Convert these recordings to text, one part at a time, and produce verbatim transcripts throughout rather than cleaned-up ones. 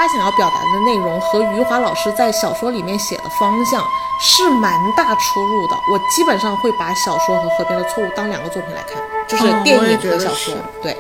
他想要表达的内容和余华老师在小说里面写的方向是蛮大出入的。我基本上会把小说和河边的错误当两个作品来看，就是电影和小说、哦、对。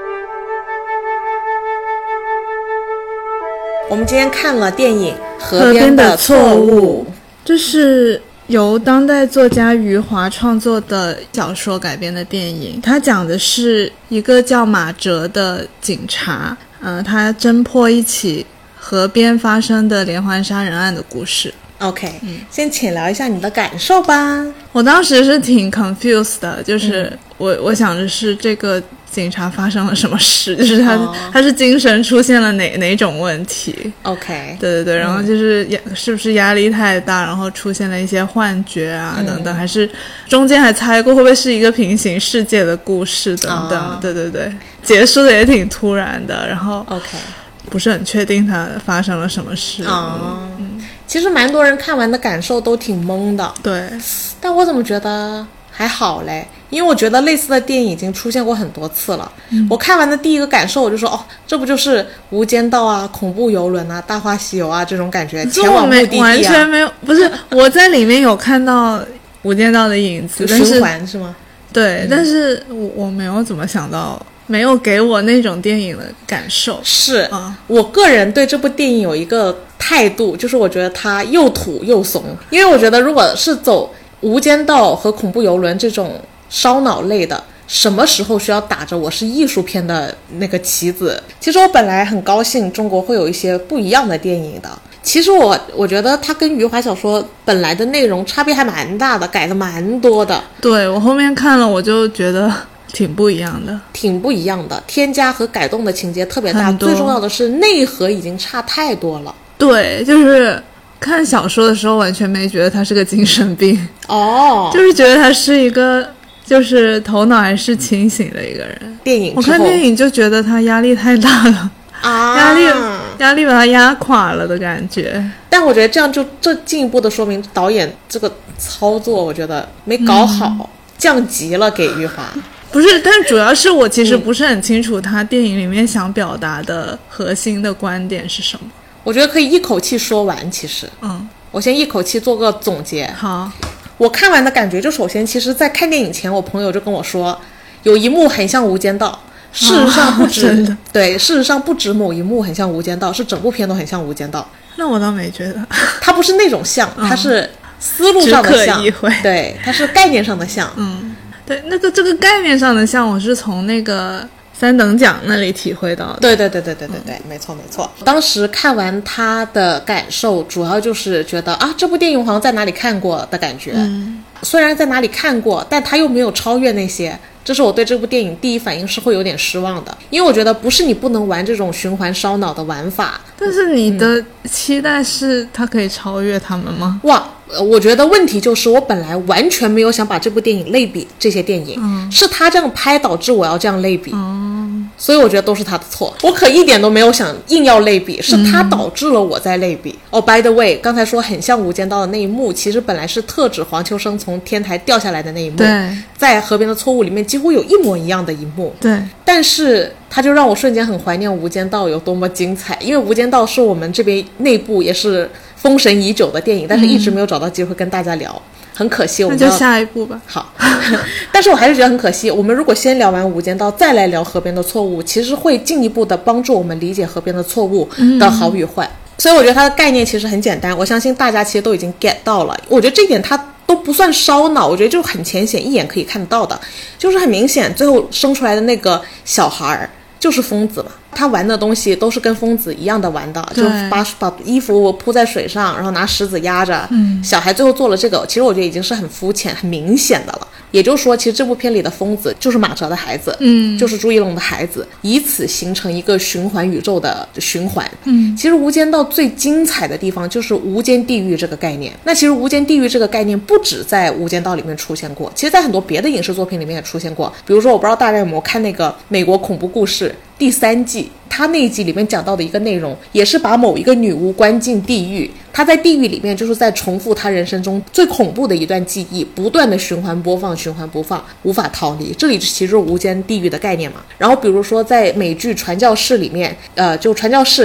我们今天看了电影《河边的错误》， 这是由当代作家余华创作的小说改编的电影。它讲的是一个叫马哲的警察，呃，他侦破一起河边发生的连环杀人案的故事。 OK，、嗯、先浅聊一下你的感受吧。 我当时是挺 confused 的，就是我、嗯、我想着是这个警察发生了什么事，就是他、哦、他是精神出现了哪哪种问题。 OK， 对对对，然后就是压、嗯、是不是压力太大，然后出现了一些幻觉啊、嗯、等等，还是中间还猜过会不会是一个平行世界的故事等等、哦、对对对，结束的也挺突然的，然后 OK 不是很确定他发生了什么事。 哦、嗯，其实蛮多人看完的感受都挺懵的。 对， 但我怎么觉得还好嘞，因为我觉得类似的电影已经出现过很多次了、嗯、我看完的第一个感受我就说，哦，这不就是无间道啊、恐怖游轮啊、大话西游啊这种感觉，前往目的地啊。 完全没有，不是我在里面有看到无间道的影子， 循环是吗？ 对、 嗯、 但是我我没有怎么想到，没有给我那种电影的感受。 是、 啊、 我个人对这部电影有一个态度，就是我觉得它又土又怂。因为我觉得如果是走无间道和恐怖游轮这种烧脑类的，什么时候需要打着我是艺术片的那个旗子？其实我本来很高兴中国会有一些不一样的电影的。其实我我觉得它跟余华小说本来的内容差别还蛮大的，改的蛮多的。 对，我后面看了我就觉得挺不一样的， 挺不一样的，添加和改动的情节特别大，最重要的是内核已经差太多了。 对，就是看小说的时候完全没觉得他是个精神病哦， 就是觉得他是一个就是头脑还是清醒的一个人。 电影我看电影就觉得他压力太大了啊， 压力压力把他压垮了的感觉。 但我觉得这样就这进一步的说明导演这个操作我觉得没搞好、嗯、降级了给余华。 不是，但主要是我其实不是很清楚他电影里面想表达的核心的观点是什么。 我觉得可以一口气说完。其实嗯， 我先一口气做个总结。 好， 我看完的感觉就首先其实在看电影前我朋友就跟我说有一幕很像无间道，事实上不止、 哦、 对，事实上不止某一幕很像无间道，是整部片都很像无间道。 那我倒没觉得， 它不是那种像、嗯、它是思路上的像， 只可意会。 对，它是概念上的像。 嗯，对，那个这个概念上的像我是从那个三等奖那里体会到的。 对对对对对对对、嗯、没错没错。当时看完他的感受主要就是觉得啊，这部电影好像在哪里看过的感觉、嗯、虽然在哪里看过，但他又没有超越那些，这是我对这部电影第一反应是会有点失望的。因为我觉得不是你不能玩这种循环烧脑的玩法， 但是你的期待是它可以超越他们吗？ 哇，我觉得问题就是我本来完全没有想把这部电影类比这些电影、嗯、是他这样拍导致我要这样类比、嗯、所以我觉得都是他的错。我可一点都没有想硬要类比，是他导致了我在类比。哦、嗯 oh, by the way， 刚才说很像无间道的那一幕其实本来是特指黄秋生从天台掉下来的那一幕， 对， 在河边的错误里面几乎有一模一样的一幕。 对， 但是他就让我瞬间很怀念无间道有多么精彩。因为无间道是我们这边内部也是封神已久的电影，但是一直没有找到机会跟大家聊、嗯、很可惜。我们那就下一步吧。 好但是我还是觉得很可惜，我们如果先聊完无间道再来聊河边的错误，其实会进一步的帮助我们理解河边的错误的好与坏、嗯、所以我觉得它的概念其实很简单，我相信大家其实都已经 get 到了。我觉得这一点它都不算烧脑，我觉得就很浅显，一眼可以看得到的，就是很明显最后生出来的那个小孩就是疯子嘛，他玩的东西都是跟疯子一样的玩的，就把把衣服铺在水上，然后拿石子压着、嗯、小孩最后做了这个，其实我觉得已经是很肤浅很明显的了。也就是说其实这部片里的疯子就是马哲的孩子，嗯，就是朱一龙的孩子，以此形成一个循环宇宙的循环。嗯，其实无间道最精彩的地方就是无间地狱这个概念。那其实无间地狱这个概念不止在无间道里面出现过，其实在很多别的影视作品里面也出现过。比如说我不知道大家有没有看那个美国恐怖故事第三季，他那一集里面讲到的一个内容也是把某一个女巫关进地狱，他在地狱里面就是在重复他人生中最恐怖的一段记忆，不断的循环播放循环播放，无法逃离。这里其实是无间地狱的概念嘛。然后比如说在美剧传教士里面呃，就传教士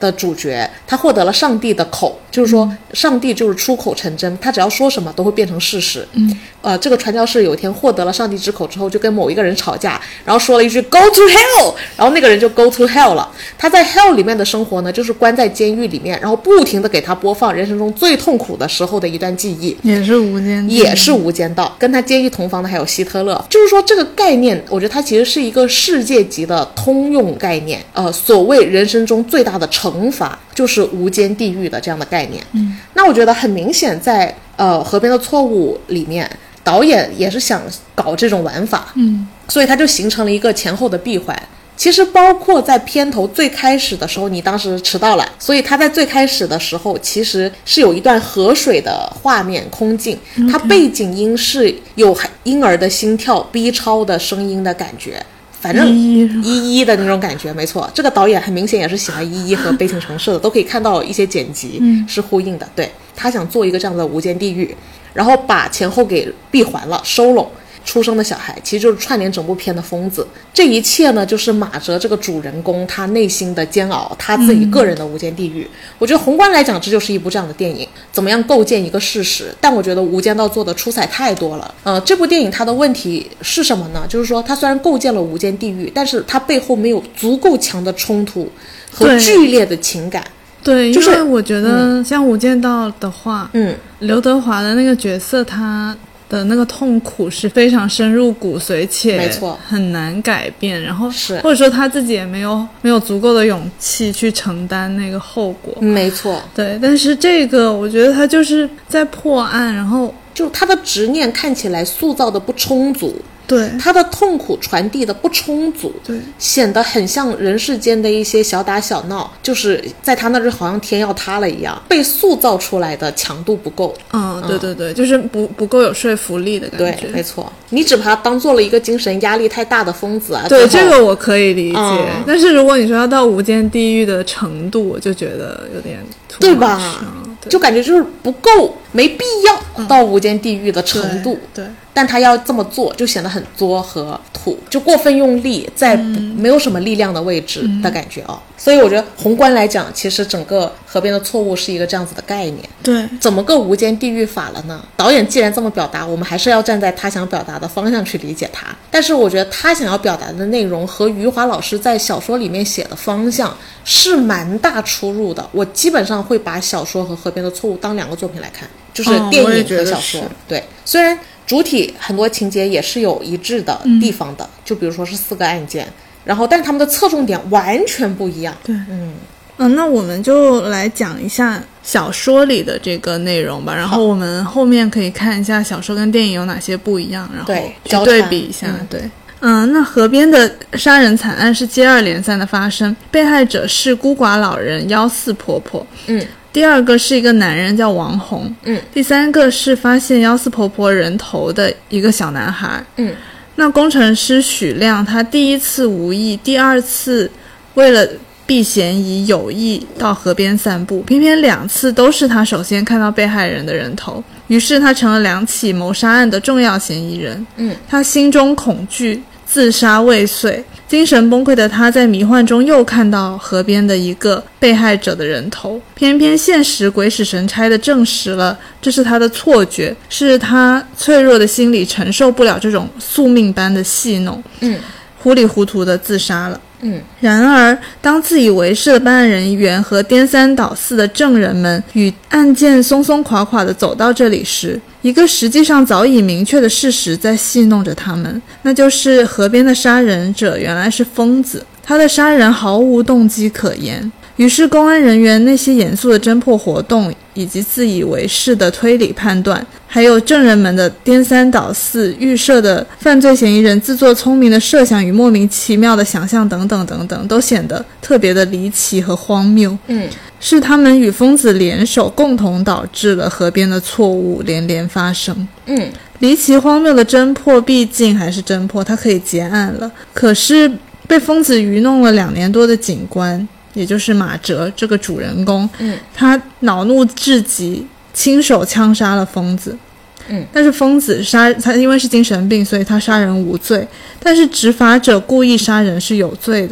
的主角他获得了上帝的口，就是说上帝就是出口成真，他只要说什么都会变成事实。 嗯， 呃，这个传教士有一天获得了上帝之口之后，就跟某一个人吵架，然后说了一句 Go to hell， 然后那个人就 Go to hell 了。他在 hell 里面的生活呢，就是关在监狱里面，然后不停的给他播放人生中最痛苦的时候的一段记忆， 也是无间道， 也是无间道。跟他监狱同房的还有希特勒，就是说这个概念，我觉得它其实是一个世界级的通用概念。呃，所谓人生中最大的惩罚就是无间地狱的这样的概念。 嗯， 那我觉得很明显在呃河边的错误里面，导演也是想搞这种玩法。 嗯， 所以它就形成了一个前后的闭环。其实包括在片头最开始的时候，你当时迟到了，所以他在最开始的时候其实是有一段河水的画面空镜，它背景音是有婴儿的心跳 B 超的声音的感觉，反正一一一的那种感觉，没错。这个导演很明显也是喜欢一一和悲情城市的，都可以看到一些剪辑是呼应的。对，他想做一个这样的无间地狱，然后把前后给闭环了，收拢。出生的小孩其实就是串联整部片的疯子，这一切呢就是马哲这个主人公他内心的煎熬，他自己个人的无间地狱。嗯、我觉得宏观来讲这就是一部这样的电影，怎么样构建一个事实，但我觉得无间道做的出彩太多了。呃，这部电影它的问题是什么呢？就是说它虽然构建了无间地狱，但是它背后没有足够强的冲突和剧烈的情感。 对， 就是因为我觉得像无间道的话， 嗯， 刘德华的那个角色他的那个痛苦是非常深入骨髓且没错很难改变，然后是或者说他自己也没有没有足够的勇气去承担那个后果。 没错， 对，但是这个我觉得他就是在破案，然后就他的执念看起来塑造的不充足， 对他的痛苦传递的不充足， 对， 显得很像人世间的一些小打小闹，就是在他那儿好像天要塌了一样，被塑造出来的强度不够。 嗯，对对对，就是不不够有说服力的感觉。 对，没错，你只把他当做了一个精神压力太大的疯子啊。 对，这个我可以理解、 嗯， 但是如果你说要到无间地狱的程度，我就觉得有点对吧、嗯、对，就感觉就是不够，没必要到无间地狱的程度。 嗯、对, 对， 但他要这么做就显得很作和土，就过分用力在没有什么力量的位置的感觉哦、嗯、所以我觉得宏观来讲，其实整个河边的错误是一个这样子的概念。 对， 怎么个无间地狱法了呢？导演既然这么表达，我们还是要站在他想表达的方向去理解他。但是我觉得他想要表达的内容和余华老师在小说里面写的方向是蛮大出入的。我基本上会把小说和河边的错误当两个作品来看，就是电影和小说、哦、对，虽然主体很多情节也是有一致的地方的、嗯、就比如说是四个案件，然后但是他们的侧重点完全不一样。 对， 嗯嗯，那我们就来讲一下小说里的这个内容吧，然后我们后面可以看一下小说跟电影有哪些不一样，然后去对比一下。 嗯、 对，嗯，那河边的杀人惨案是接二连三的发生，被害者是孤寡老人幺四婆婆， 嗯， 第二个是一个男人叫王红， 嗯， 第三个是发现幺四婆婆人头的一个小男孩， 嗯， 那工程师许亮他第一次无意，第二次为了避嫌疑有意到河边散步，偏偏两次都是他首先看到被害人的人头，于是他成了两起谋杀案的重要嫌疑人。 嗯， 他心中恐惧，自杀未遂，精神崩溃的他在迷幻中又看到河边的一个被害者的人头，偏偏现实鬼使神差地证实了这是他的错觉，是他脆弱的心理承受不了这种宿命般的戏弄， 嗯， 糊里糊涂地自杀了。 嗯， 然而当自以为是的办案人员和颠三倒四的证人们与案件松松垮垮地走到这里时，一个实际上早已明确的事实在戏弄着他们，那就是河边的杀人者原来是疯子，他的杀人毫无动机可言。于是公安人员那些严肃的侦破活动，以及自以为是的推理判断，还有证人们的颠三倒四预设的犯罪嫌疑人自作聪明的设想与莫名其妙的想象等等等等，都显得特别的离奇和荒谬。 嗯， 是他们与疯子联手共同导致了河边的错误连连发生。 嗯， 离奇荒谬的侦破毕竟还是侦破，他可以结案了，可是被疯子愚弄了两年多的警官，也就是马哲这个主人公， 嗯， 他恼怒至极，亲手枪杀了疯子。 嗯， 但是疯子杀他因为是精神病，所以他杀人无罪，但是执法者故意杀人是有罪的。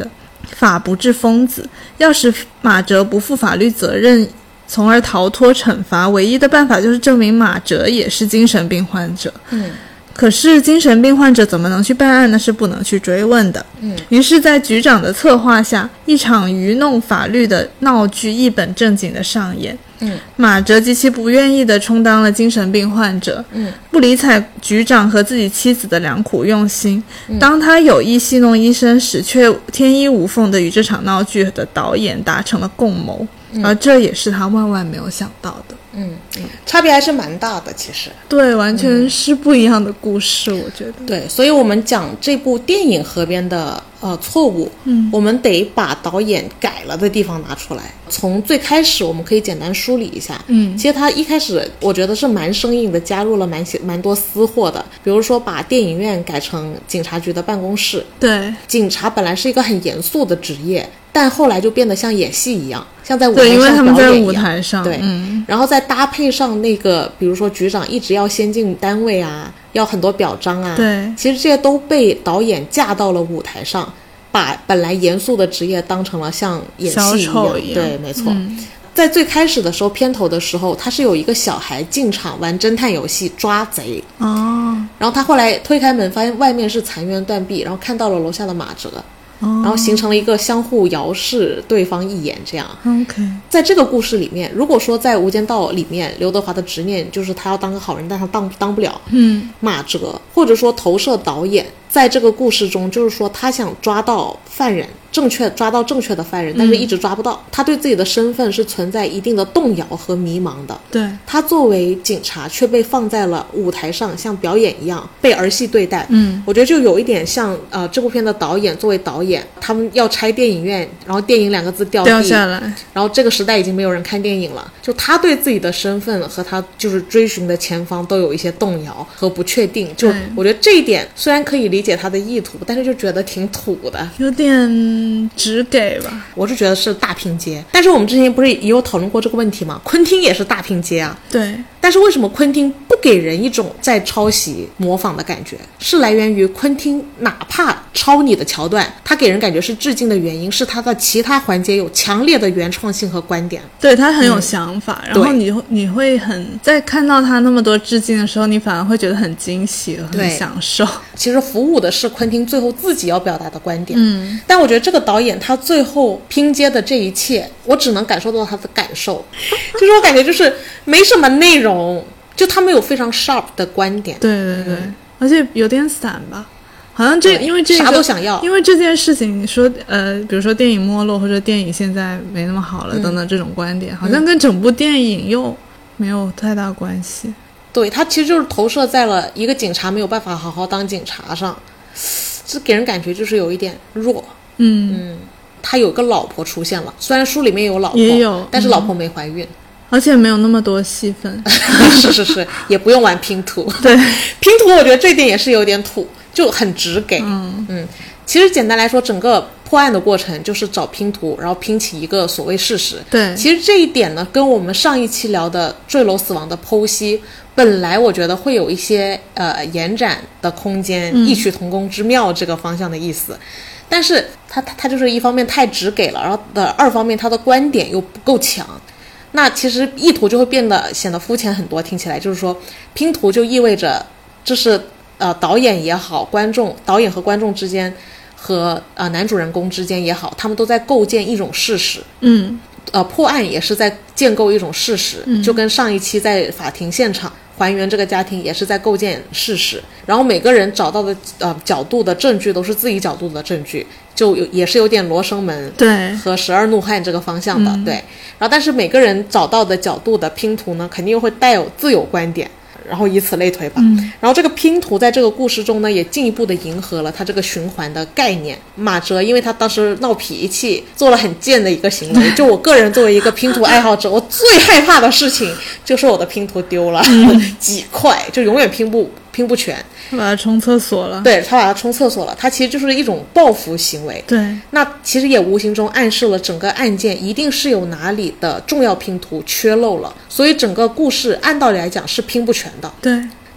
法不治疯子，要使马哲不负法律责任，从而逃脱惩罚，唯一的办法就是证明马哲也是精神病患者。 嗯， 可是精神病患者怎么能去办案呢？是不能去追问的。 嗯， 于是在局长的策划下，一场愚弄法律的闹剧一本正经的上演。 嗯， 马哲极其不愿意地充当了精神病患者， 嗯， 不理睬局长和自己妻子的良苦用心。嗯、当他有意戏弄医生时，却天衣无缝地与这场闹剧的导演达成了共谋，嗯、而这也是他万万没有想到的。 嗯嗯，差别还是蛮大的，其实。 对，完全是不一样的故事，嗯、我觉得。 对，所以我们讲这部电影河边的呃错误， 嗯， 我们得把导演改了的地方拿出来。从最开始，我们可以简单梳理一下。 嗯， 其实他一开始我觉得是蛮生硬的，加入了蛮蛮多私货的，比如说把电影院改成警察局的办公室。 对， 警察本来是一个很严肃的职业。但后来就变得像演戏一样，像在舞台上表演一样。 对，因为他们在舞台上。 对， 嗯， 然后再搭配上那个，比如说局长一直要先进单位啊，要很多表彰啊。 对， 其实这些都被导演架到了舞台上，把本来严肃的职业当成了像演戏一样。 一样对，没错。 嗯， 在最开始的时候，片头的时候，他是有一个小孩进场玩侦探游戏抓贼。 哦。 然后他后来推开门，发现外面是残垣断壁，然后看到了楼下的马哲。然后形成了一个相互遥视对方一眼这样。 OK， 在这个故事里面，如果说在《无间道》里面，刘德华的执念就是他要当个好人，但他当当不了。 嗯， 马哲或者说投射导演在这个故事中，就是说他想抓到犯人，正确抓到正确的犯人，但是一直抓不到。嗯、他对自己的身份是存在一定的动摇和迷茫的。 对， 他作为警察却被放在了舞台上，像表演一样被儿戏对待。 嗯， 我觉得就有一点像呃这部片的导演作为导演，他们要拆电影院，然后电影两个字掉地掉下来， 然后这个时代已经没有人看电影了，就他对自己的身份和他就是追寻的前方都有一些动摇和不确定。就我觉得这一点虽然可以理解他的意图，但是就觉得挺土的， 有点直给吧。 我是觉得是大拼接，但是我们之前不是也有讨论过这个问题吗？昆汀也是大拼接啊。 对， 但是为什么昆汀不给人一种在抄袭模仿的感觉？是来源于昆汀哪怕抄你的桥段，他给人感觉是致敬的原因是他的其他环节有强烈的原创性和观点。 对，他很有想法、嗯、然后你你会很在看到他那么多致敬的时候，你反而会觉得很惊喜和很享受。 其实服务的是昆汀最后自己要表达的观点。 嗯， 但我觉得这个导演他最后拼接的这一切，我只能感受到他的感受，就是我感觉就是没什么内容，就他们有非常 sharp 的观点。 对对对、嗯、而且有点散吧，好像这因为这个啥都想要， 因为这件事情你说呃，比如说电影没落或者电影现在没那么好了、嗯、等等这种观点，好像跟整部电影又没有太大关系。 对，他其实就是投射在了一个警察没有办法好好当警察上，这给人感觉就是有一点弱。 嗯嗯，他有个老婆出现了，虽然书里面有老婆， 也有， 但是老婆没怀孕。嗯， 而且没有那么多戏份。 是是是，也不用玩拼图。 对， 拼图我觉得这点也是有点土，就很直给。 嗯嗯，其实简单来说，整个破案的过程就是找拼图，然后拼起一个所谓事实。 对， 其实这一点呢，跟我们上一期聊的坠楼死亡的剖析，本来我觉得会有一些呃延展的空间， 嗯、 异曲同工之妙这个方向的意思。但是他他他就是一方面太直给了，然后的二方面他的观点又不够强。那其实意图就会变得显得肤浅很多，听起来就是说拼图就意味着这是呃导演也好，观众导演和观众之间和呃男主人公之间也好，他们都在构建一种事实。 嗯， 呃破案也是在建构一种事实， 嗯、 就跟上一期在法庭现场还原这个家庭也是在构建事实，然后每个人找到的呃角度的证据都是自己角度的证据，就有也是有点罗生门对和十二怒汉这个方向的、 嗯、 对，然后但是每个人找到的角度的拼图呢，肯定会带有自有观点，然后以此类推吧、 嗯、 然后这个拼图在这个故事中呢，也进一步的迎合了他这个循环的概念。马哲因为他当时闹脾气，做了很贱的一个行为，就我个人作为一个拼图爱好者，我最害怕的事情就是我的拼图丢了、嗯、几块就永远拼不拼不全， 他把它冲厕所了。 对，他把它冲厕所了，他其实就是一种报复行为。 对， 那其实也无形中暗示了整个案件一定是有哪里的重要拼图缺漏了，所以整个故事按道理来讲是拼不全的。 对，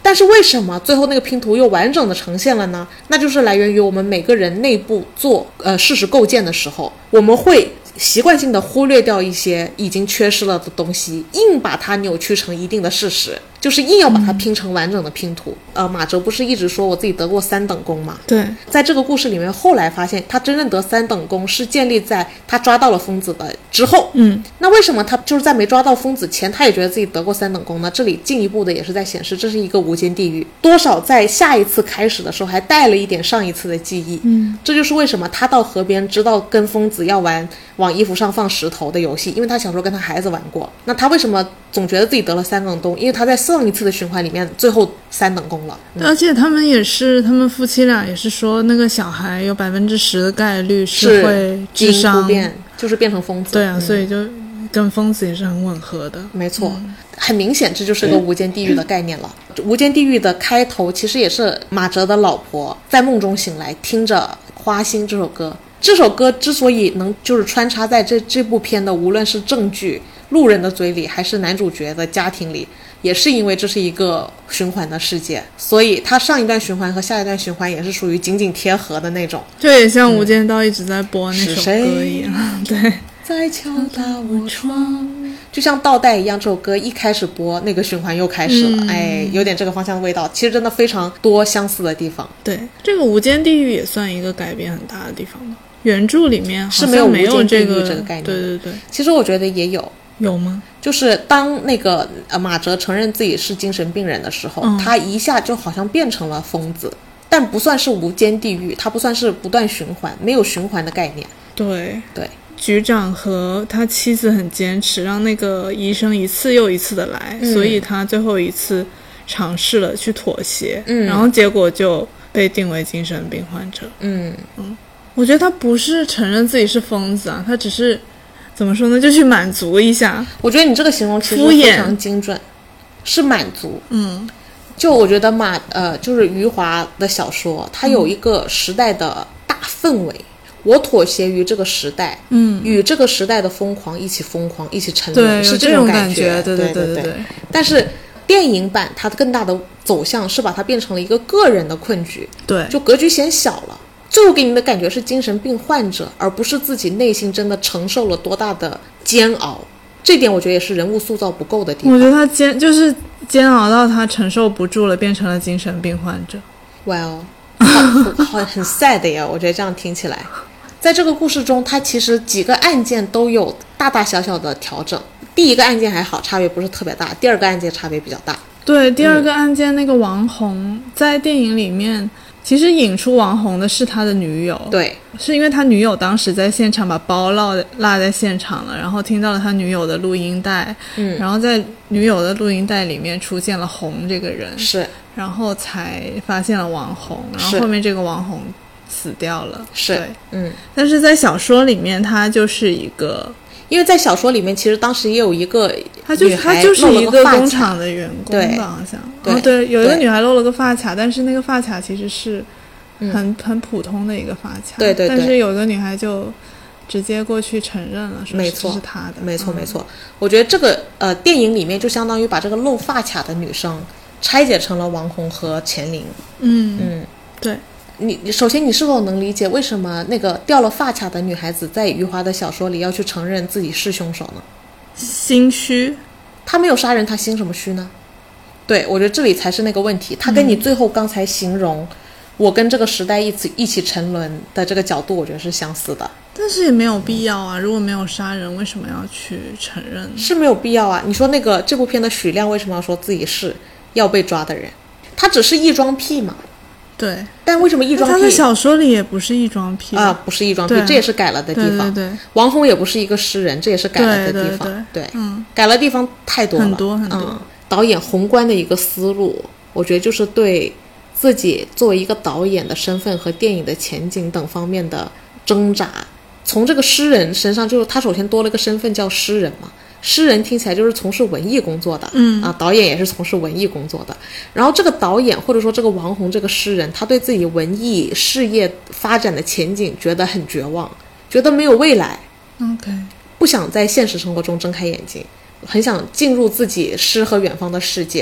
但是为什么最后那个拼图又完整的呈现了呢？那就是来源于我们每个人内部做呃事实构建的时候，我们会习惯性的忽略掉一些已经缺失了的东西，硬把它扭曲成一定的事实，就是硬要把它拼成完整的拼图。嗯、呃，马哲不是一直说我自己得过三等功吗？ 对， 在这个故事里面，后来发现他真正得三等功是建立在他抓到了疯子的之后。 嗯， 那为什么他就是在没抓到疯子前，他也觉得自己得过三等功呢？这里进一步的也是在显示这是一个无间地狱，多少在下一次开始的时候还带了一点上一次的记忆。 嗯， 这就是为什么他到河边知道跟疯子要玩往衣服上放石头的游戏，因为他小时候跟他孩子玩过。那他为什么总觉得自己得了三等功？因为他在上一次的循环里面最后三等功了。 嗯、而且他们也是，他们夫妻俩也是说，那个小孩有百分之十的概率是会智商突变，就是变成疯子。 对啊， 嗯、 所以就跟疯子也是很吻合的。 没错。嗯，很明显这就是个无间地狱的概念了。无间地狱的开头其实也是马哲的老婆在梦中醒来，听着《花心》这首歌。这首歌之所以能就是穿插在这这部片的无论是正剧路人的嘴里还是男主角的家庭里，也是因为这是一个循环的世界，所以它上一段循环和下一段循环也是属于紧紧贴合的那种， 就也像无间道一直在播那首歌一样。嗯、对， 在敲打我窗，就像倒带一样，这首歌一开始播，那个循环又开始了。嗯、哎，有点这个方向的味道，其实真的非常多相似的地方。 对，这个无间地狱也算一个改变很大的地方吗？原著里面是没有没有这个这个概念。 对对对， 其实我觉得也有。 有吗？ 就是当那个呃马哲承认自己是精神病人的时候，嗯、他一下就好像变成了疯子，但不算是无间地狱，他不算是不断循环，没有循环的概念。 对对， 局长和他妻子很坚持，让那个医生一次又一次的来，嗯、所以他最后一次尝试了去妥协，嗯，然后结果就被定为精神病患者。 嗯嗯，我觉得他不是承认自己是疯子啊，他只是怎么说呢，就去满足一下。 我觉得你这个形容其实非常精准，是满足。 嗯， 就我觉得马呃，就是余华的小说，它有一个时代的大氛围。嗯，我妥协于这个时代， 嗯， 与这个时代的疯狂一起疯狂，一起沉沦，是这种感觉。 对对对对对。但是电影版它更大的走向是把它变成了一个个人的困局， 对， 就格局显小了。最后给你的感觉是精神病患者，而不是自己内心真的承受了多大的煎熬。这点我觉得也是人物塑造不够的地方。 我觉得他煎就是煎熬到他承受不住了，变成了精神病患者。 Well， 好, 好很 sad 呀，我觉得这样听起来。在这个故事中，它其实几个案件都有大大小小的调整。第一个案件还好，差别不是特别大；第二个案件差别比较大。 对，第二个案件、嗯、那个王红在电影里面其实引出王红的是他的女友。 对， 是因为他女友当时在现场把包落落在现场了，然后听到了他女友的录音带， 嗯， 然后在女友的录音带里面出现了红这个人， 是， 然后才发现了王红，然后后面这个王红死掉了。 是， 对， 嗯， 但是在小说里面他就是一个， 因为在小说里面其实当时也有一个他就是他就是一个工厂的员工吧，好像对、 哦、对，有一个女孩露了个发卡，但是那个发卡其实是很、嗯、很普通的一个发卡， 对对对， 但是有一个女孩就直接过去承认了，说没错是她的， 没错、嗯、没错。我觉得这个呃电影里面就相当于把这个露发卡的女生拆解成了王红和钱玲。 嗯嗯， 对。 你你首先你是否能理解为什么那个掉了发卡的女孩子在余华的小说里要去承认自己是凶手呢？ 心虚。 她没有杀人，她心什么虚呢？对，我觉得这里才是那个问题。她跟你最后刚才形容、嗯、我跟这个时代一起一起沉沦的这个角度，我觉得是相似的。 但是也没有必要啊，如果没有杀人，为什么要去承认？ 是没有必要啊。你说那个这部片的许亮为什么要说自己是要被抓的人？他只是异装癖嘛。 对， 但为什么异装癖？ 他的小说里也不是异装癖啊，不是异装癖，这也是改了的地方。 对对对， 王红也不是一个诗人，这也是改了的地方。 对对 对, 对， 嗯， 改了地方太多了， 很多很多、 嗯。导演宏观的一个思路，我觉得就是对自己作为一个导演的身份和电影的前景等方面的挣扎。从这个诗人身上，就是他首先多了个身份叫诗人嘛。诗人听起来就是从事文艺工作的， 嗯啊，导演也是从事文艺工作的。然后这个导演或者说这个王红这个诗人，他对自己文艺事业发展的前景觉得很绝望，觉得没有未来。 OK， 不想在现实生活中睁开眼睛，很想进入自己诗和远方的世界。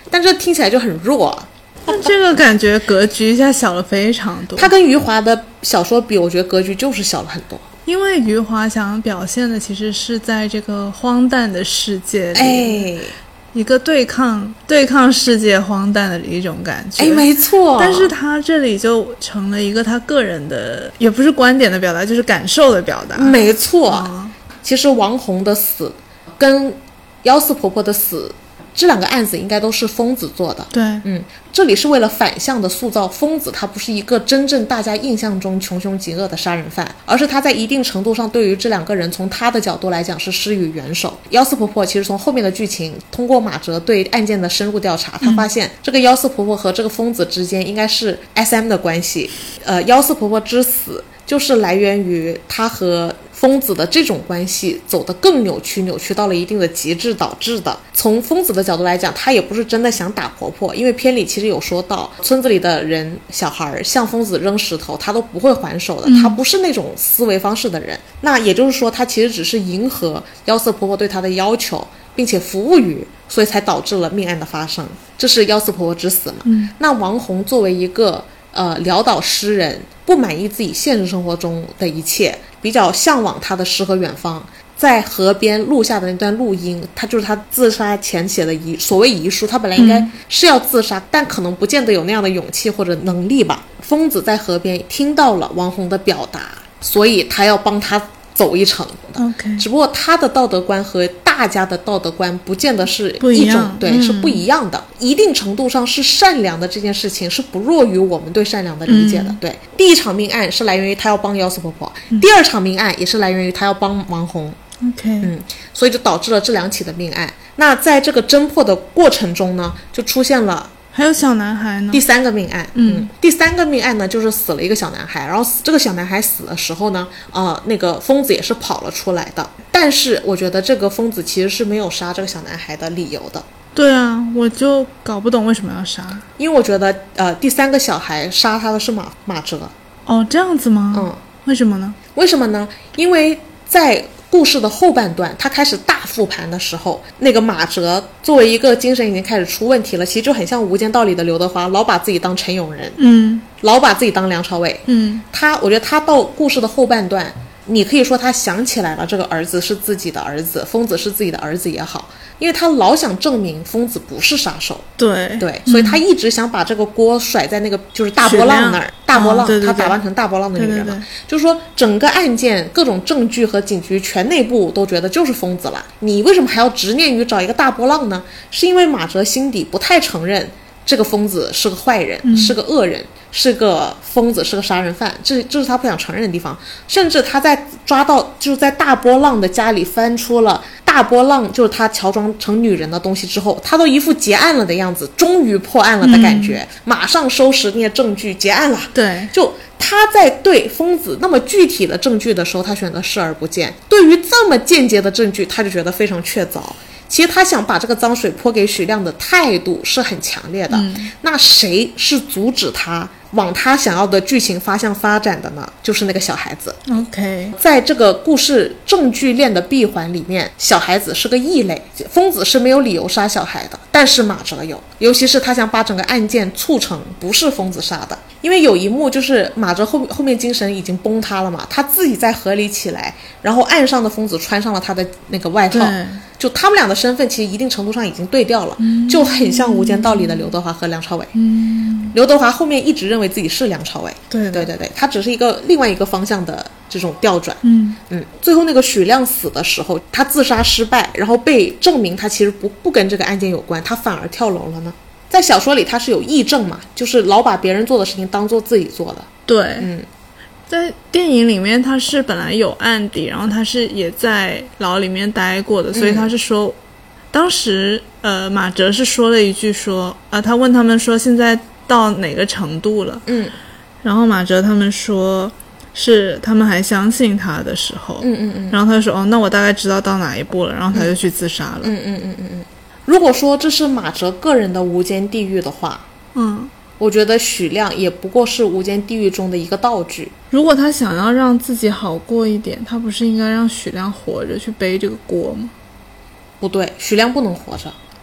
但这听起来就很弱。 但这个感觉格局一下小了非常多。 它跟余华的小说比，我觉得格局就是小了很多。 因为余华想表现的其实是在这个荒诞的世界里， 哎， 一个对抗对抗世界荒诞的一种感觉。 哎，没错。 但是他这里就成了一个他个人的，也不是观点的表达，就是感受的表达。 没错。 哦、 其实王红的死跟幺四婆婆的死这两个案子应该都是疯子做的。 对， 嗯，这里是为了反向的塑造疯子，他不是一个真正大家印象中穷凶极恶的杀人犯，而是他在一定程度上对于这两个人从他的角度来讲是施予援手。幺四婆婆其实从后面的剧情，通过马哲对案件的深入调查，他发现这个幺四婆婆和这个疯子之间应该是 S M 的关系。呃，幺四婆婆之死就是来源于她和疯子的这种关系走得更扭曲，扭曲到了一定的极致导致的。从疯子的角度来讲，他也不是真的想打婆婆，因为片里其实有说到，村子里的人小孩向疯子扔石头，他都不会还手的，他不是那种思维方式的人。嗯、那也就是说，他其实只是迎合幺四婆婆对他的要求，并且服务于，所以才导致了命案的发生。这是幺四婆婆之死嘛？ 嗯、 那王红作为一个呃潦倒诗人，不满意自己现实生活中的一切，比较向往他的诗和远方，在河边录下的那段录音，他就是他自杀前写的遗所谓遗书。他本来应该是要自杀、嗯、但可能不见得有那样的勇气或者能力吧。疯子在河边听到了王红的表达，所以他要帮他走一程。 OK， 只不过他的道德观和大家的道德观不见得是一种，对、嗯、是不一样的。一定程度上是善良的这件事情是不弱于我们对善良的理解的、嗯、对。第一场命案是来源于他要帮幺四婆婆、嗯、第二场命案也是来源于他要帮王红。 OK， 嗯，所以就导致了这两起的命案。那在这个侦破的过程中呢，就出现了还有小男孩呢。 第三个命案， 嗯， 嗯第三个命案呢，就是死了一个小男孩，然后死这个小男孩死的时候呢，呃，那个疯子也是跑了出来的。但是我觉得这个疯子其实是没有杀这个小男孩的理由的。 对啊，我就搞不懂为什么要杀。 因为我觉得，呃，第三个小孩杀他的是马马哲。 哦，这样子吗？ 嗯， 为什么呢？ 为什么呢？因为在故事的后半段，他开始大复盘的时候，那个马哲作为一个精神已经开始出问题了，其实就很像《无间道》里的刘德华，老把自己当陈永仁， 嗯， 老把自己当梁朝伟， 嗯， 他，我觉得他到故事的后半段，你可以说他想起来了，这个儿子是自己的儿子，疯子是自己的儿子也好，因为他老想证明疯子不是杀手， 对对，所以他一直想把这个锅甩在那个就是大波浪那儿，大波浪、哦、对对对，他打扮成大波浪的女人嘛，对对对，就是说整个案件各种证据和警局全内部都觉得就是疯子了，你为什么还要执念于找一个大波浪呢？是因为马哲心底不太承认这个疯子是个坏人、嗯、是个恶人，是个疯子，是个杀人犯，这这是他不想承认的地方。甚至他在抓到就是在大波浪的家里翻出了大波浪就是他乔装成女人的东西之后，他都一副结案了的样子，终于破案了的感觉、嗯、马上收拾那些证据结案了。 对， 就他在对疯子那么具体的证据的时候，他选择视而不见，对于这么间接的证据他就觉得非常确凿。其实他想把这个脏水泼给许亮的态度是很强烈的、嗯、那谁是阻止他往他想要的剧情方向发展的呢？就是那个小孩子。 OK， 在这个故事证据链的闭环里面，小孩子是个异类，疯子是没有理由杀小孩的，但是马哲有，尤其是他想把整个案件促成不是疯子杀的。因为有一幕就是马哲后后面精神已经崩塌了嘛，他自己在河里起来，然后岸上的疯子穿上了他的那个外套，就他们俩的身份其实一定程度上已经对调了、嗯、就很像《无间道》里的刘德华和梁朝伟。 嗯， 刘德华后面一直认为自己是梁朝伟， 对对对对，他只是一个另外一个方向的这种调转。 嗯嗯，最后那个许亮死的时候，他自杀失败，然后被证明他其实不不跟这个案件有关，他反而跳楼了呢。在小说里他是有癔症嘛，就是老把别人做的事情当做自己做的。 对， 嗯， 在电影里面他是本来有案底，然后他是也在牢里面待过的，所以他是说、嗯、当时呃马哲是说了一句说呃他问他们说现在到哪个程度了， 嗯， 然后马哲他们说是他们还相信他的时候， 嗯嗯嗯， 然后他说哦那我大概知道到哪一步了，然后他就去自杀了。 嗯嗯嗯嗯嗯。如果说这是马哲个人的无间地狱的话， 嗯， 我觉得许亮也不过是无间地狱中的一个道具。 如果他想要让自己好过一点，他不是应该让许亮活着去背这个锅吗？ 不对，许亮不能活着。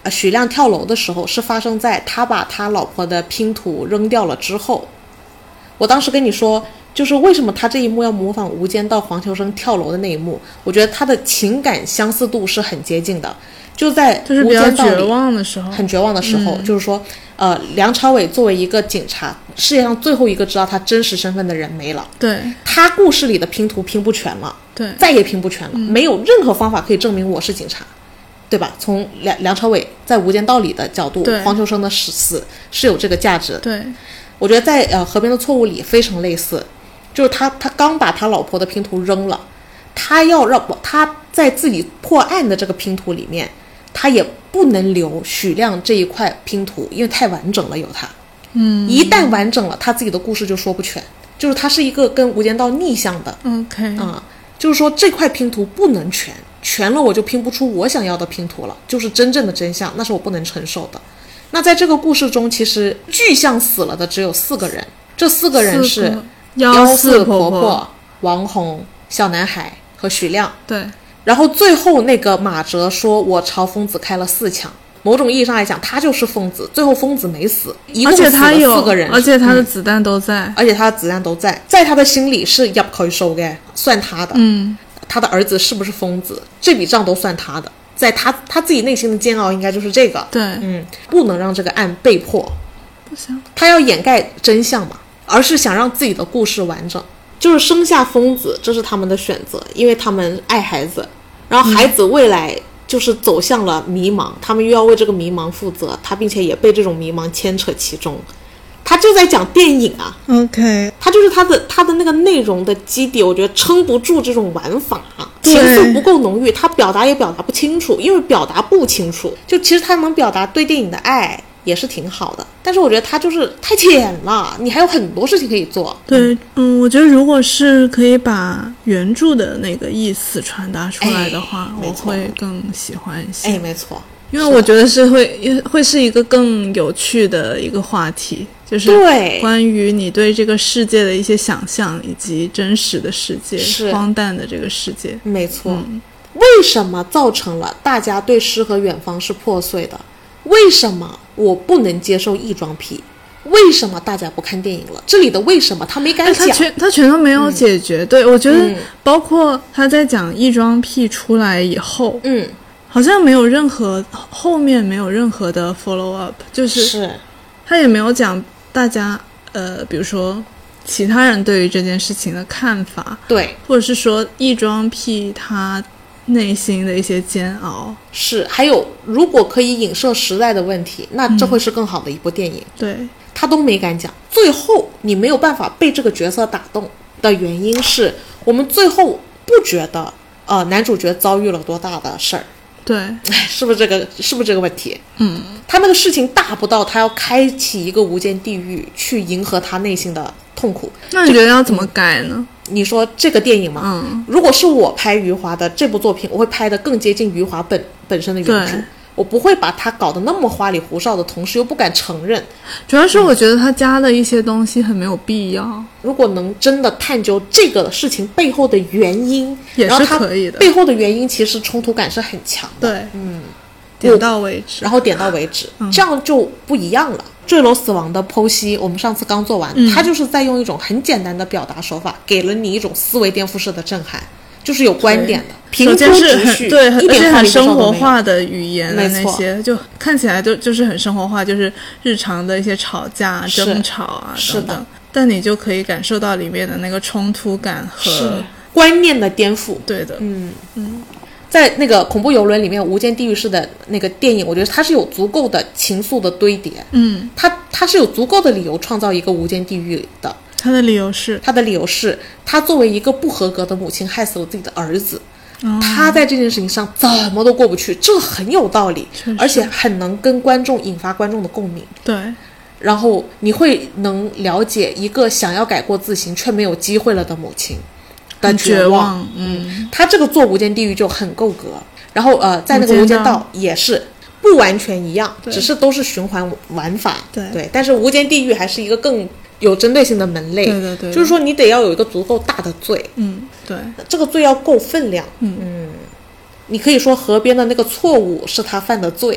呃许亮跳楼的时候是发生在他把他老婆的拼图扔掉了之后。我当时跟你说，就是为什么他这一幕要模仿《无间道》黄秋生跳楼的那一幕，我觉得他的情感相似度是很接近的。就在《无间道》里绝望的时候， 很绝望的时候，嗯、就是说，呃，梁朝伟作为一个警察，世界上最后一个知道他真实身份的人没了。 对， 他故事里的拼图拼不全了， 对， 再也拼不全了，嗯、没有任何方法可以证明我是警察，对吧？从梁梁朝伟在《无间道》里的角度，黄秋生的死是有这个价值。 对， 我觉得在呃《河边的错误》里非常类似，就是他他刚把他老婆的拼图扔了，他要让他在自己破案的这个拼图里面。他也不能留许亮这一块拼图，因为太完整了有他， 嗯， 一旦完整了，他自己的故事就说不全，就是他是一个跟无间道逆向的 ，OK 啊、嗯，就是说这块拼图不能全，全了我就拼不出我想要的拼图了，就是真正的真相，那是我不能承受的。那在这个故事中，其实具象死了的只有四个人，这四个人是幺四婆婆、王红、小男孩和许亮， 对。 然后最后那个马哲说我朝疯子开了四枪，某种意义上来讲他就是疯子，最后疯子没死，一共死了四个人， 而且他的子弹都在、 嗯、而且他的子弹都在，在他的心里是入佢數嘅，算他的， 嗯， 他的儿子是不是疯子，这笔账都算他的，在他他自己内心的煎熬应该就是这个， 对， 嗯，不能让这个案被破， 不行， 他要掩盖真相嘛，而是想让自己的故事完整。就是生下疯子，这是他们的选择，因为他们爱孩子，然后孩子未来就是走向了迷茫、嗯、他们又要为这个迷茫负责，他并且也被这种迷茫牵扯其中。他就在讲电影啊 OK， 他就是他的他的那个内容的基底，我觉得撑不住这种玩法，情愫不够浓郁，他表达也表达不清楚，因为表达不清楚，就其实他能表达对电影的爱也是挺好的，但是我觉得他就是太浅了，你还有很多事情可以做。 对，嗯，我觉得如果是可以把原著的那个意思传达出来的话，我会更喜欢一些。 哎，没错， 因为我觉得是会会是一个更有趣的一个话题，就是关于你对这个世界的一些想象以及真实的世界，荒诞的这个世界。 没错、嗯、为什么造成了大家对诗和远方是破碎的？为什么我不能接受异装癖？为什么大家不看电影了？这里的为什么他没敢讲， 他全他全都没有解决、嗯、对，我觉得包括他在讲异装癖出来以后， 嗯， 好像没有任何后面没有任何的 follow up， 就是是他也没有讲大家呃比如说其他人对于这件事情的看法， 对， 或者是说异装癖他内心的一些煎熬， 是还有如果可以影射时代的问题，那这会是更好的一部电影、 嗯、对， 他都没敢讲。最后你没有办法被这个角色打动的原因是我们最后不觉得呃男主角遭遇了多大的事儿， 对， 是不是这个是不是这个问题？ 嗯， 他那个事情大不到他要开启一个无间地狱去迎合他内心的痛苦。 那你觉得要怎么改呢？ 你说这个电影吗？ 嗯， 如果是我拍余华的这部作品，我会拍得更接近余华本本身的原著，我不会把它搞得那么花里胡哨的同时又不敢承认。 主要是我觉得他加的一些东西很没有必要、嗯、 如果能真的探究这个事情背后的原因也是可以的， 背后的原因其实冲突感是很强的。 对， 嗯， 点到为止， 然后点到为止、嗯、这样就不一样了。坠楼死亡的剖析我们上次刚做完、嗯、他就是在用一种很简单的表达手法给了你一种思维颠覆式的震撼，就是有观点的平铺直叙， 对， 一点很生活化的语言的那些就看起来就就是很生活化，就是日常的一些吵架争吵啊等等，但你就可以感受到里面的那个冲突感和观念的颠覆。 对的， 嗯嗯，在那个恐怖游轮里面无间地狱式的那个电影，我觉得它是有足够的情愫的堆叠， 嗯， 它它是有足够的理由创造一个无间地狱的。 他的理由是他的理由是他作为一个不合格的母亲害死了自己的儿子、 哦、 他在这件事情上怎么都过不去，这很有道理，而且很能跟观众引发观众的共鸣。 对， 然后你会能了解一个想要改过自新却没有机会了的母亲的绝望。 绝望嗯， 他这个做无间地狱就很够格。然后呃，在那个无间道也是不完全一样，只是都是循环玩法。 对对，但是无间地狱还是一个更有针对性的门类。 对对对， 就是说你得要有一个足够大的罪。 嗯，对， 这个罪要够分量。 嗯嗯，你可以说河边的那个错误是他犯的罪，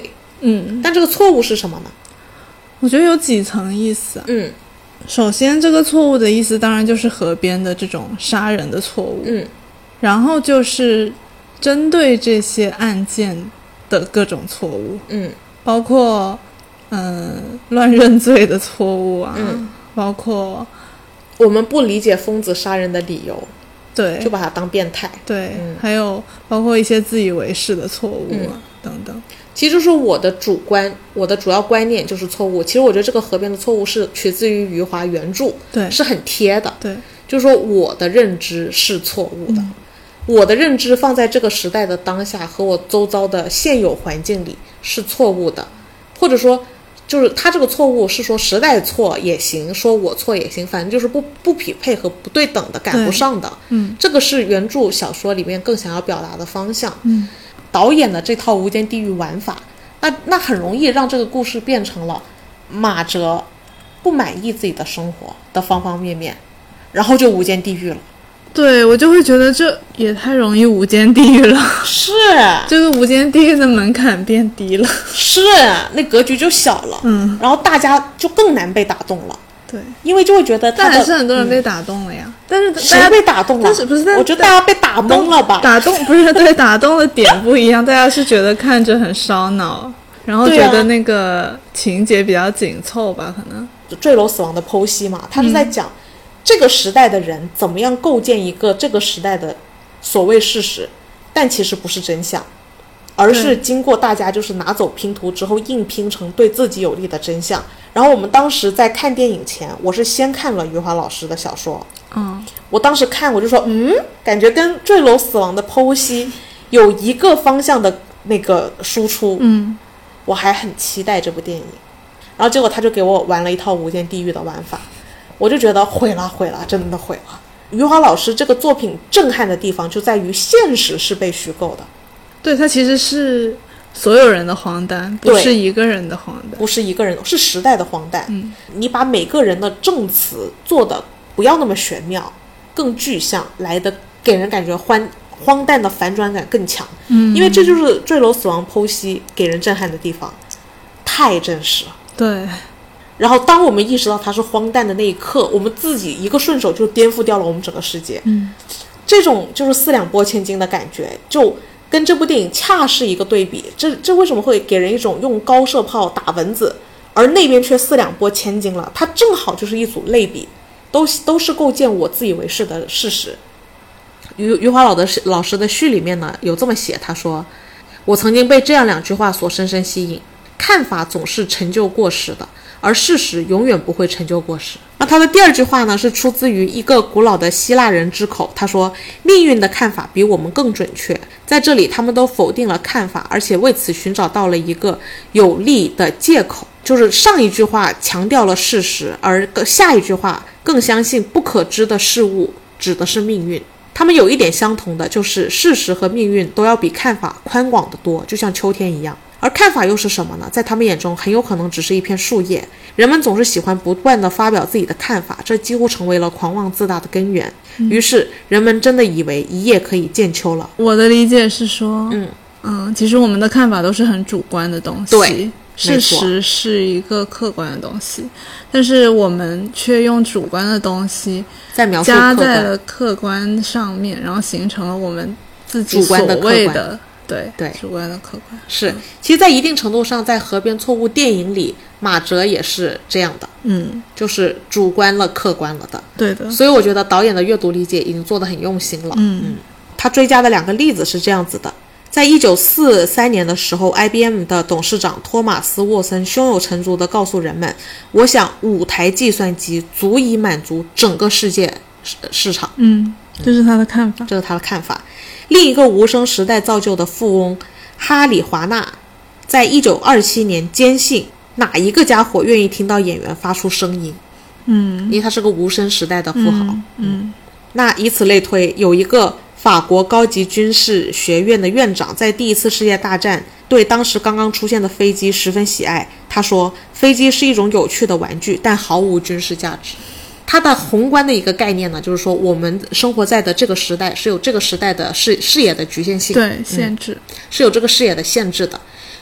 嗯， 但这个错误是什么呢？ 我觉得有几层意思。 嗯， 首先这个错误的意思当然就是河边的这种杀人的错误。 嗯， 然后就是针对这些案件的各种错误。 嗯， 包括嗯乱认罪的错误啊。 嗯， 包括我们不理解疯子杀人的理由， 对， 就把他当变态。 对、 嗯、 还有包括一些自以为是的错误啊、 嗯、 等等。 其实就是我的主观，我的主要观念就是错误。其实我觉得这个河边的错误是取自于余华原著， 对， 是很贴的。 对， 就是说我的认知是错误的、嗯、我的认知放在这个时代的当下和我周遭的现有环境里是错误的，或者说就是他这个错误是说时代错也行，说我错也行，反正就是不不匹配和不对等的，赶不上的。 嗯， 这个是原著小说里面更想要表达的方向。 嗯， 导演的这套无间地狱玩法，那那很容易让这个故事变成了马哲不满意自己的生活的方方面面，然后就无间地狱了。 对，我就会觉得这也太容易无间地狱了。 是， 这个无间地狱的门槛变低了。 是，那格局就小了。 嗯， 然后大家就更难被打动了。 对， 因为就会觉得他的， 但还是很多人被打动了呀。嗯、但是谁被打动了？ 但是不是？ 我觉得大家被打懵了吧？ 打动不是对，打动的点不一样。大家是觉得看着很烧脑，然后觉得那个情节比较紧凑吧？可能坠楼死亡的剖析嘛，他是在讲、嗯、这个时代的人怎么样构建一个这个时代的所谓事实，但其实不是真相。而是经过大家就是拿走拼图之后硬拼成对自己有利的真相。然后我们当时在看电影前，我是先看了余华老师的小说。 嗯， 我当时看我就说，嗯，感觉跟坠楼死亡的剖析有一个方向的那个输出。 嗯， 我还很期待这部电影。然后结果他就给我玩了一套无间地狱的玩法，我就觉得毁了毁了，真的毁了。余华老师这个作品震撼的地方就在于现实是被虚构的。 对，它其实是所有人的荒诞，不是一个人的荒诞， 不是一个人，是时代的荒诞。 嗯， 你把每个人的证词做的不要那么玄妙，更具象，来的给人感觉荒荒诞的反转感更强。 嗯， 因为这就是坠楼死亡剖析给人震撼的地方，太真实了。 对。 然后当我们意识到它是荒诞的那一刻，我们自己一个顺手就颠覆掉了我们整个世界。 嗯， 这种就是四两拨千斤的感觉，就跟这部电影恰是一个对比。这这为什么会给人一种用高射炮打蚊子，而那边却四两拨千斤了？它正好就是一组类比，都都是构建我自以为是的事实。余余华老的老师的序里面呢有这么写，他说：“我曾经被这样两句话所深深吸引，看法总是陈旧过时的，而事实永远不会陈旧过时。”那他的第二句话呢是出自于一个古老的希腊人之口，他说：“命运的看法比我们更准确。”在这里他们都否定了看法，而且为此寻找到了一个有利的借口，就是上一句话强调了事实，而下一句话更相信不可知的事物指的是命运。他们有一点相同的，就是事实和命运都要比看法宽广得多，就像秋天一样。而看法又是什么呢？在他们眼中很有可能只是一片树叶。人们总是喜欢不断地发表自己的看法，这几乎成为了狂妄自大的根源。嗯、于是人们真的以为一夜可以见秋了。 我的理解是说嗯嗯，其实我们的看法都是很主观的东西， 对， 事实是一个客观的东西，但是我们却用主观的东西在描述加在了客观上面，然后形成了我们自己所谓的对对主观的客观。 是，其实在一定程度上，在河边错误电影里，马哲也是这样的， 嗯， 就是主观了客观了的。 对的， 所以我觉得导演的阅读理解已经做得很用心了。 嗯嗯，他追加的两个例子是这样子的。在一九四三年的时候 I B M 的董事长托马斯沃森胸有成竹地告诉人们，我想五台计算机足以满足整个世界市场。 嗯，这是他的看法， 这是他的看法。另一个无声时代造就的富翁哈里华纳在一九二七年坚信哪一个家伙愿意听到演员发出声音。 嗯， 因为他是个无声时代的富豪。 嗯，嗯， 那以此类推，有一个法国高级军事学院的院长在第一次世界大战对当时刚刚出现的飞机十分喜爱，他说飞机是一种有趣的玩具，但毫无军事价值。他的宏观的一个概念呢，就是说我们生活在的这个时代是有这个时代的视视野的局限性， 对，限制、 嗯、是有这个视野的限制的。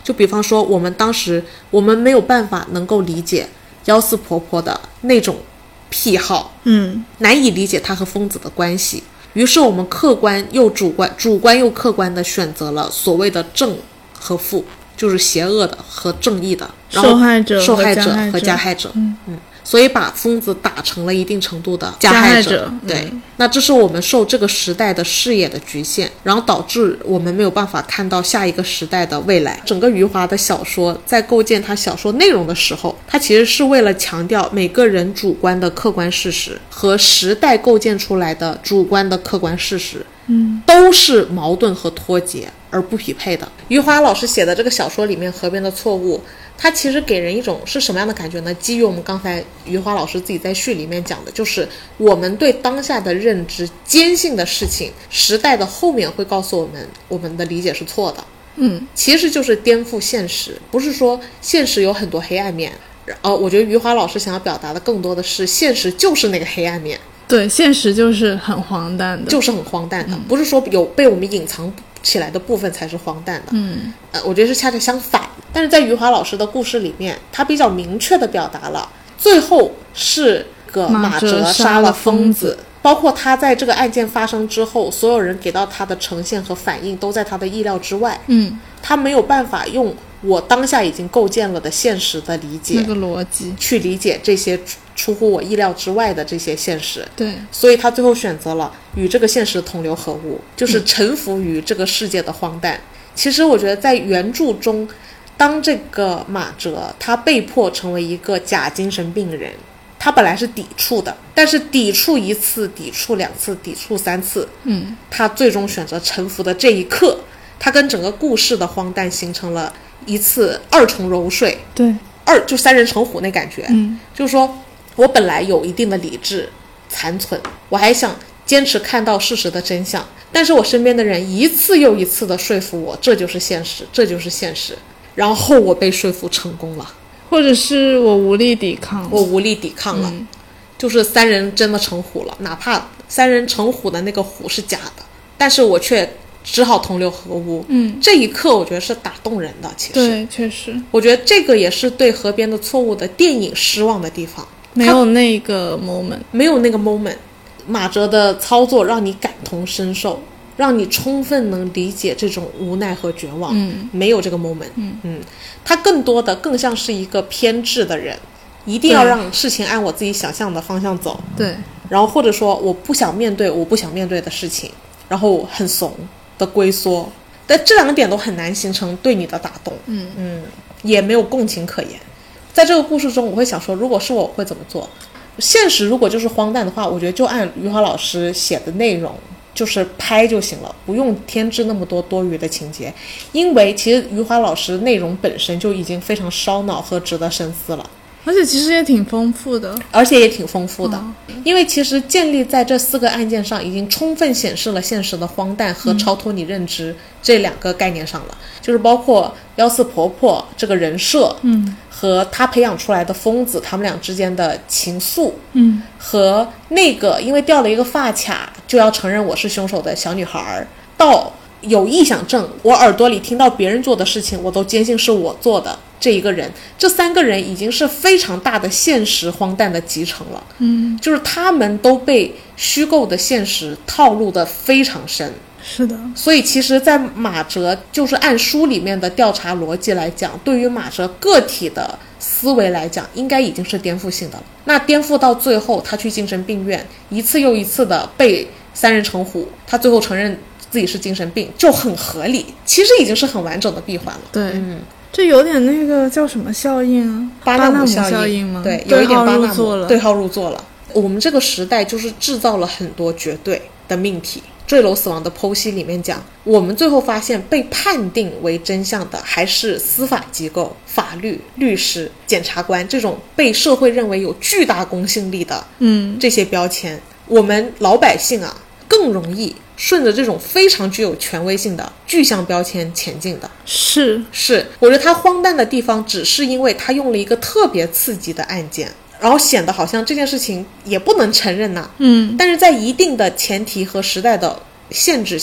就比方说我们当时我们没有办法能够理解幺四婆婆的那种癖好， 嗯， 难以理解她和疯子的关系，于是我们客观又主观主观又客观的选择了所谓的正和负，就是邪恶的和正义的，然后受害者受害者和和加害者，嗯嗯，所以把疯子打成了一定程度的加害者， 加害者对、 嗯， 那这是我们受这个时代的视野的局限，然后导致我们没有办法看到下一个时代的未来。整个余华的小说在构建他小说内容的时候，他其实是为了强调每个人主观的客观事实和时代构建出来的主观的客观事实，嗯，都是矛盾和脱节而不匹配的。余华老师写的这个小说里面《河边的错误》，它其实给人一种是什么样的感觉呢？基于我们刚才余华老师自己在序里面讲的，就是我们对当下的认知坚信的事情，时代的后面会告诉我们我们的理解是错的。 嗯， 其实就是颠覆现实，不是说现实有很多黑暗面。呃，我觉得余华老师想要表达的更多的是现实就是那个黑暗面。 对，现实就是很荒诞的， 就是很荒诞的，嗯、不是说有被我们隐藏起来的部分才是荒诞的。 嗯， 呃，我觉得是恰恰相反。但是在余华老师的故事里面，他比较明确地表达了，最后是个马哲杀了疯子，包括他在这个案件发生之后，所有人给到他的呈现和反应都在他的意料之外。 嗯， 他没有办法用我当下已经构建了的现实的理解那个逻辑去理解这些出乎我意料之外的这些现实。 对， 所以他最后选择了与这个现实同流合污，就是臣服于这个世界的荒诞。嗯、其实我觉得在原著中，当这个马哲他被迫成为一个假精神病人，他本来是抵触的，但是抵触一次，抵触两次，抵触三次， 嗯， 他最终选择臣服的这一刻，他跟整个故事的荒诞形成了一次二重揉碎。 对， 二就三人成虎那感觉。 嗯， 就是说我本来有一定的理智残存，我还想坚持看到事实的真相，但是我身边的人一次又一次的说服我这就是现实，这就是现实，然后我被说服成功了， 或者是我无力抵抗， 我无力抵抗了、 嗯、 就是三人真的成虎了，哪怕三人成虎的那个虎是假的，但是我却只好同流合污。 嗯， 这一刻我觉得是打动人的。其实对，确实我觉得这个也是对河边的错误的电影失望的地方， 没有那个 moment， 没有那个 moment。 马哲的操作让你感同身受，让你充分能理解这种无奈和绝望。 嗯， 没有这个 moment。 嗯嗯，他更多的更像是一个偏执的人，一定要让事情按我自己想象的方向走。 对， 然后或者说我不想面对我不想面对的事情，然后很怂的龟缩，但这两个点都很难形成对你的打动。 嗯嗯，也没有共情可言。在这个故事中，我会想说，如果是我，我会怎么做？现实如果就是荒诞的话，我觉得就按余华老师写的内容，就是拍就行了，不用添置那么多多余的情节，因为其实余华老师内容本身就已经非常烧脑和值得深思了。 而且其实也挺丰富的， 而且也挺丰富的、 哦、 因为其实建立在这四个案件上，已经充分显示了现实的荒诞和超脱你认知这两个概念上了、嗯、就是包括幺四婆婆这个人设， 嗯， 和她培养出来的疯子他们俩之间的情愫， 嗯， 和那个因为掉了一个发卡就要承认我是凶手的小女孩，到有臆想症，我耳朵里听到别人做的事情我都坚信是我做的这一个人，这三个人已经是非常大的现实荒诞的集成了。 嗯， 就是他们都被虚构的现实套路的非常深。 是的， 所以其实在马哲就是按书里面的调查逻辑来讲，对于马哲个体的思维来讲应该已经是颠覆性的了。那颠覆到最后他去精神病院一次又一次的被三人成虎，他最后承认自己是精神病就很合理，其实已经是很完整的闭环了。 对， 嗯， 这有点那个叫什么效应啊？ 巴纳姆效应吗？ 对，有一点巴纳姆对号入座了。我们这个时代就是制造了很多绝对的命题。坠楼死亡的剖析里面讲，我们最后发现被判定为真相的还是司法机构、法律、律师、检察官这种被社会认为有巨大公信力的嗯这些标签。我们老百姓啊更容易顺着这种非常具有权威性的具象标签前进的。 是是，我觉得它荒诞的地方只是因为它用了一个特别刺激的案件，然后显得好像这件事情也不能承认呐、啊。 嗯， 但是在一定的前提和时代的限制下，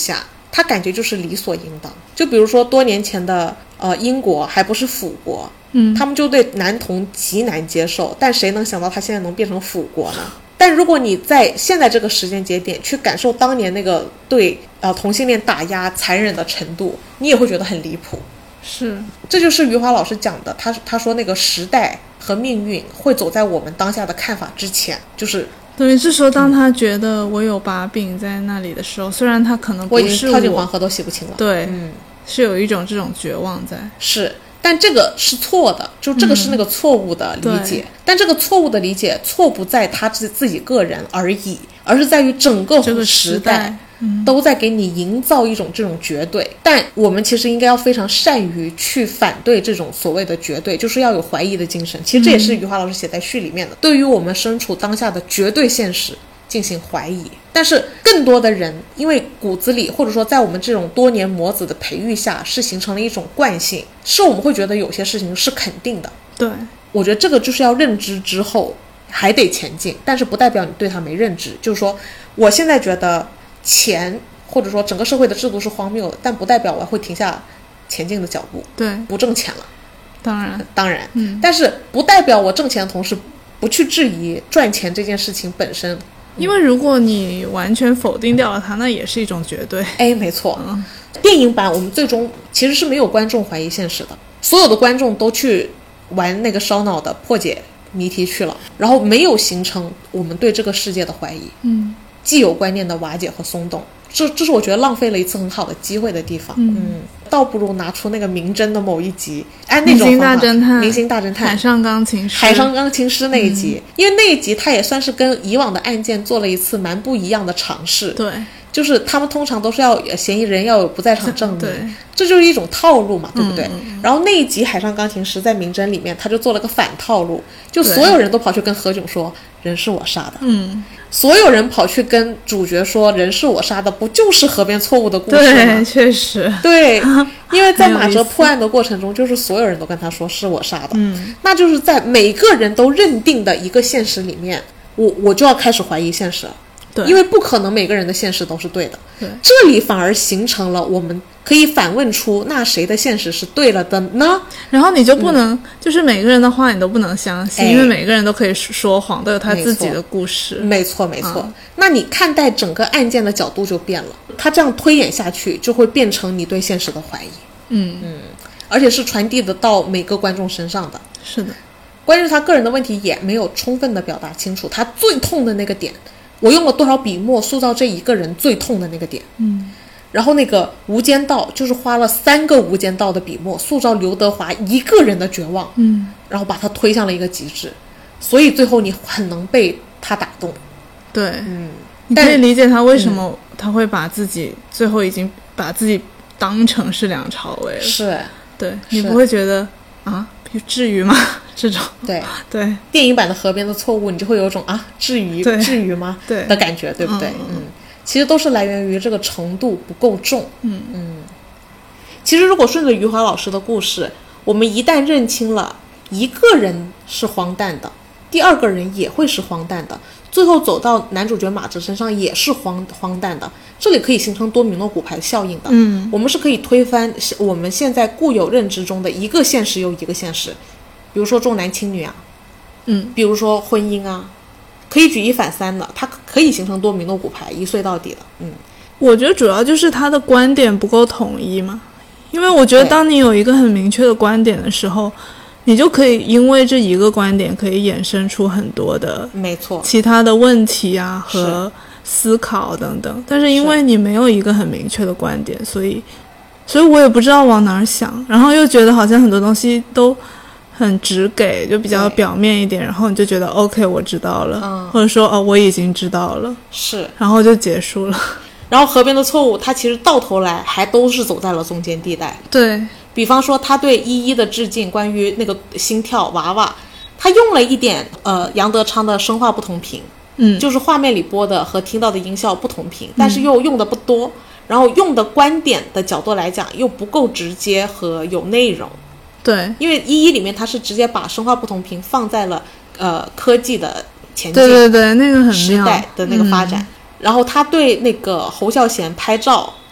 他感觉就是理所应当。就比如说多年前的呃英国还不是辅国， 嗯， 他们就对男童极难接受，但谁能想到他现在能变成辅国呢？但如果你在现在这个时间节点去感受当年那个对呃同性恋打压残忍的程度，你也会觉得很离谱。 是， 这就是余华老师讲的，他他说那个时代和命运会走在我们当下的看法之前，就是等于是说，当他觉得我有把柄在那里的时候，嗯、虽然他可能不是我已经跳进黄河都洗不清了， 对， 嗯， 是有一种这种绝望在， 是。但这个是错的，就这个是那个错误的理解、嗯、但这个错误的理解错不在他自自己个人而已，而是在于整个这个时代都在给你营造一种这种绝对、嗯、但我们其实应该要非常善于去反对这种所谓的绝对，就是要有怀疑的精神。其实这也是余华老师写在序里面的、嗯、对于我们身处当下的绝对现实进行怀疑。但是更多的人因为骨子里或者说在我们这种多年模子的培育下是形成了一种惯性，是我们会觉得有些事情是肯定的。 对， 我觉得这个就是要认知之后还得前进，但是不代表你对它没认知。就是说我现在觉得钱或者说整个社会的制度是荒谬的，但不代表我会停下前进的脚步， 对， 不挣钱了。 当然当然、 嗯、 但是不代表我挣钱的同时不去质疑赚钱这件事情本身， 因为如果你完全否定掉了它，那也是一种绝对。 哎，没错、 嗯、 电影版我们最终其实是没有观众怀疑现实的，所有的观众都去玩那个烧脑的破解谜题去了，然后没有形成我们对这个世界的怀疑， 嗯， 既有观念的瓦解和松动，这这是我觉得浪费了一次很好的机会的地方。 嗯, 嗯倒不如拿出那个明侦的某一集，按那种明星大侦探明星大侦探海上钢琴师海上钢琴师那一集、嗯、因为那一集它也算是跟以往的案件做了一次蛮不一样的尝试。 对， 就是他们通常都是要嫌疑人要有不在场证明， 对， 这就是一种套路嘛，对不对、 嗯嗯、 然后那一集海上钢琴师在明侦里面他就做了个反套路，就所有人都跑去跟何炅说人是我杀的， 嗯， 所有人跑去跟主角说人是我杀的，不就是河边错误的故事吗？ 对，确实， 对，因为在马哲破案的过程中就是所有人都跟他说是我杀的， 嗯， 那就是在每个人都认定的一个现实里面，我我就要开始怀疑现实了。 对， 因为不可能每个人的现实都是对的， 对， 这里反而形成了我们可以反问出那谁的现实是对了的呢？ 然后你就不能、嗯、就是每个人的话你都不能相信、哎、因为每个人都可以说谎，都有他自己的故事。 没错没错、 嗯、 那你看待整个案件的角度就变了，他这样推演下去就会变成你对现实的怀疑。 嗯嗯，而且是传递的到每个观众身上的。 是的， 关于他个人的问题也没有充分的表达清楚，他最痛的那个点我用了多少笔墨塑造这一个人最痛的那个点。 嗯， 然后那个无间道就是花了三个无间道的笔墨塑造刘德华一个人的绝望， 嗯， 然后把他推向了一个极致，所以最后你很能被他打动。 对， 嗯， 你可以理解他为什么他会把自己、嗯、最后已经把自己当成是梁朝伟了。 是， 对，你不会觉得啊至于吗这种。 对对， 电影版的河边的错误你就会有一种啊至于至于吗对的感觉，对不对？嗯, 嗯，其实都是来源于这个程度不够重。 嗯嗯，其实如果顺着余华老师的故事，我们一旦认清了一个人是荒诞的，第二个人也会是荒诞的，最后走到男主角马哲身上也是荒荒诞的，这里可以形成多米诺骨牌效应的。 嗯， 我们是可以推翻我们现在固有认知中的一个现实又一个现实，比如说重男轻女啊， 嗯， 比如说婚姻啊，可以举一反三的，它可以形成多米诺骨牌，一碎到底的。嗯， 我觉得主要就是他的观点不够统一嘛，因为我觉得当你有一个很明确的观点的时候，你就可以因为这一个观点可以衍生出很多的没错其他的问题啊和思考等等，但是因为你没有一个很明确的观点，所以所以我也不知道往哪儿想，然后又觉得好像很多东西都很直给，就比较表面一点，然后你就觉得 OK 我知道了、嗯、或者说哦我已经知道了， 是， 然后就结束了。 然后河边的错误它其实到头来还都是走在了中间地带。 对， 比方说他对一一的致敬，关于那个心跳娃娃，他用了一点呃杨德昌的声画不同频， 嗯， 就是画面里播的和听到的音效不同频，但是又用的不多、嗯、然后用的观点的角度来讲又不够直接和有内容。 对， 因为一一里面他是直接把声画不同频放在了呃科技的前进， 对对对，那个很妙， 时代的那个发展、嗯、然后他对那个侯孝贤拍照，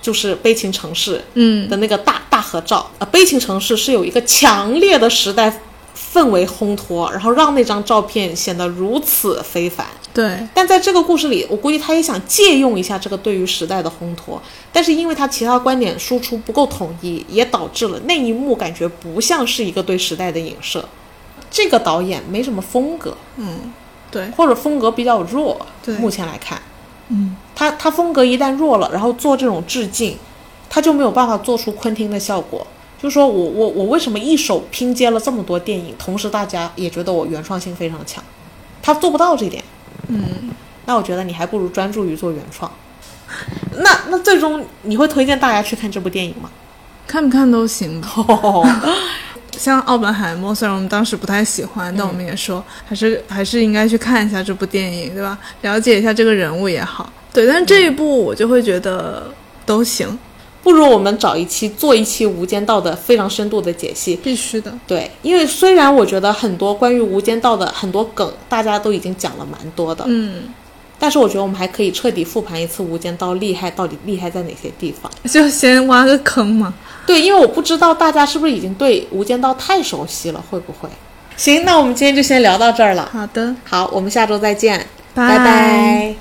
就是悲情城市嗯的那个大、嗯、大合照。呃，悲情城市是有一个强烈的时代氛围烘托，然后让那张照片显得如此非凡。 对， 但在这个故事里，我估计他也想借用一下这个对于时代的烘托，但是因为他其他观点输出不够统一，也导致了那一幕感觉不像是一个对时代的影射。这个导演没什么风格， 嗯，对， 或者风格比较弱。 对， 目前来看， 嗯， 他他风格一旦弱了，然后做这种致敬，他就没有办法做出昆汀的效果。就是说我我我为什么一手拼接了这么多电影，同时大家也觉得我原创性非常强，他做不到这点。 嗯， 那我觉得你还不如专注于做原创。那那最终你会推荐大家去看这部电影吗？ 看不看都行吧。 哦、 像奥本海默，虽然我们当时不太喜欢，但我们也说、嗯、还是还是应该去看一下这部电影，对吧？了解一下这个人物也好。对，但是这一部我就会觉得都行。 不如我们找一期做一期《无间道》的非常深度的解析。 必须的。对， 因为虽然我觉得很多关于《无间道》的很多梗大家都已经讲了蛮多的， 嗯， 但是我觉得我们还可以彻底复盘一次《无间道》厉害到底厉害在哪些地方。 就先挖个坑嘛。 对，因为我不知道大家是不是已经对《无间道》太熟悉了，会不会？行，那我们今天就先聊到这儿了。 好的， 好，我们下周再见， 拜拜拜。